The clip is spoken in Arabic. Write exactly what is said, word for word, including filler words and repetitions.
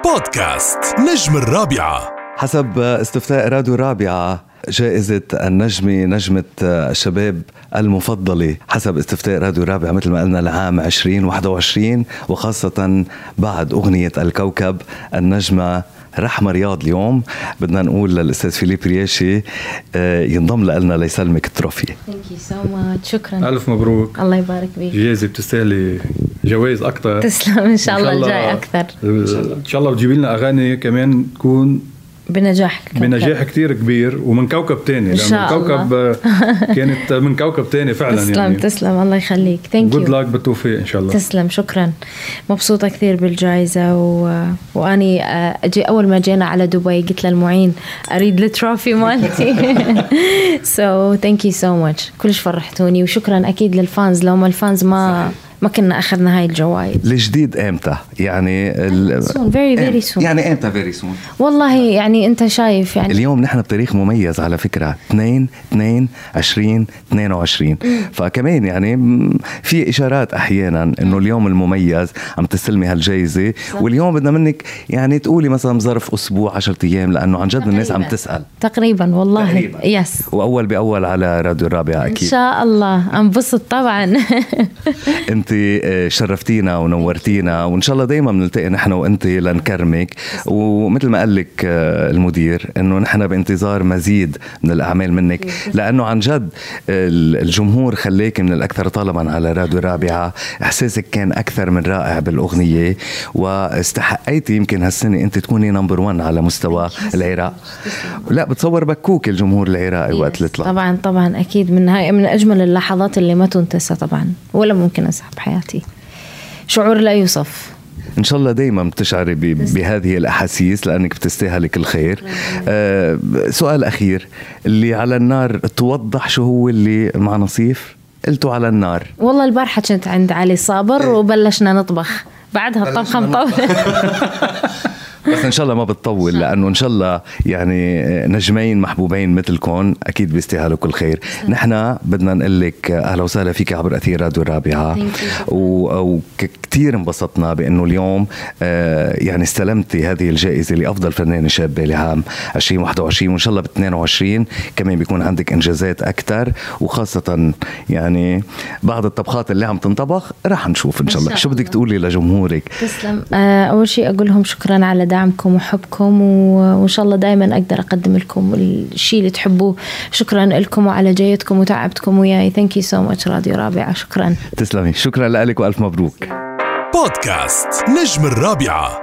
بودكاست نجم الرابعة. حسب استفتاء راديو رابعة، جائزة النجمة نجمة الشباب المفضلة حسب استفتاء راديو رابعة مثل ما قلنا العام عشرين واحد وعشرين، وخاصة بعد أغنية الكوكب النجمة رحمة رياض. اليوم بدنا نقول للأستاذ فيليب رياشي ينضم لنا ليسلمك التروفي. Thank you so much. شكرا. ألف مبروك. الله يبارك فيك. جايزة بتستاهلي جوائز أكتر. تسلم. إن شاء الله الجاي أكثر. إن شاء الله بتجيب لنا أغاني كمان تكون بنجاح بنجاح كتير كبير ومن كوكب تاني، لأنه الكوكب كانت من كوكب تاني فعلا. تسلم يعني تسلم الله يخليك. Thank you. Good luck بالتوفيق إن شاء الله. تسلم شكرا. مبسوطة كثير بالجائزة و... وأني أجي أول ما جينا على دبي قلت للمعين أريد التروفي مالتي. so thank you so much. كلش فرحتوني وشكرا أكيد للفانز. لو ما الفانز ما ما كنا أخذنا هاي الجوائز. الجديد امتى يعني ال... soon very very soon. يعني امتى very soon والله يعني انت شايف يعني اليوم نحن بتاريخ مميز على فكرة اثنين اثنين عشرين اثنين وعشرين، فكمان يعني في إشارات أحيانا إنه اليوم المميز عم تستلمي هالجائزة، واليوم بدنا منك يعني تقولي مثلا ظرف أسبوع عشرة أيام، لأنه عن جد الناس عم تسأل تقريبا. والله يس. وأول بأول على راديو الرابعة أكيد إن شاء الله أنبسط طبعا. أنت شرفتينا ونورتينا، وإن شاء الله دايما بنلتقي نحن وأنت لنكرمك. ومثل ما قال لك المدير إنه نحن بانتظار مزيد من الأعمال منك، لأنه عن جد الجمهور خليك من الأكثر طلبا على راديو رابعة. إحساسك كان أكثر من رائع بالأغنية، واستحقيتي يمكن هالسنة أنت تكوني نمبر وان على مستوى العراق. لا بتصور بكوك الجمهور العراقي وقت لطلع. طبعا طبعا أكيد من هاي من أجمل اللحظات اللي ما تنتسى طبعا ولا ممكن أسحب حياتي. شعور لا يوصف. إن شاء الله دايما بتشعري بهذه الأحاسيس لأنك بتستاهل كل خير. آه سؤال أخير، اللي على النار توضح شو هو اللي مع نصيف؟ قلتوا على النار. والله البارحة كنت عند علي صابر وبلشنا نطبخ، بعدها الطبخة مطولة. بس إن شاء الله ما بتطول، لأنه إن شاء الله يعني نجمين محبوبين مثلكم أكيد بيستاهلوا كل خير. نحن بدنا نقول لك أهلا وسهلا فيك عبر أثير راديو الرابعة، وكتير انبسطنا بأنه اليوم يعني استلمتي هذه الجائزة لأفضل فنان شاب لعام عشرين واحد وعشرين، وإن شاء الله باثنين وعشرين كمان بيكون عندك إنجازات أكتر، وخاصة يعني بعض الطبخات اللي عم تنطبخ راح نشوف إن شاء الله. شو بدك تقولي لجمهورك؟ تسلم. أول شيء أقول لهم شكرا على دعمكم وحبكم، وإن شاء الله دائما أقدر أقدم لكم الشيء اللي تحبوه. شكرا لكم وعلى جيتكم وتعبتكم وياي. Thank you so much راديو رابعة. شكرا. تسلمي. شكرا لك وألف مبروك. بودكاست نجم الرابعة.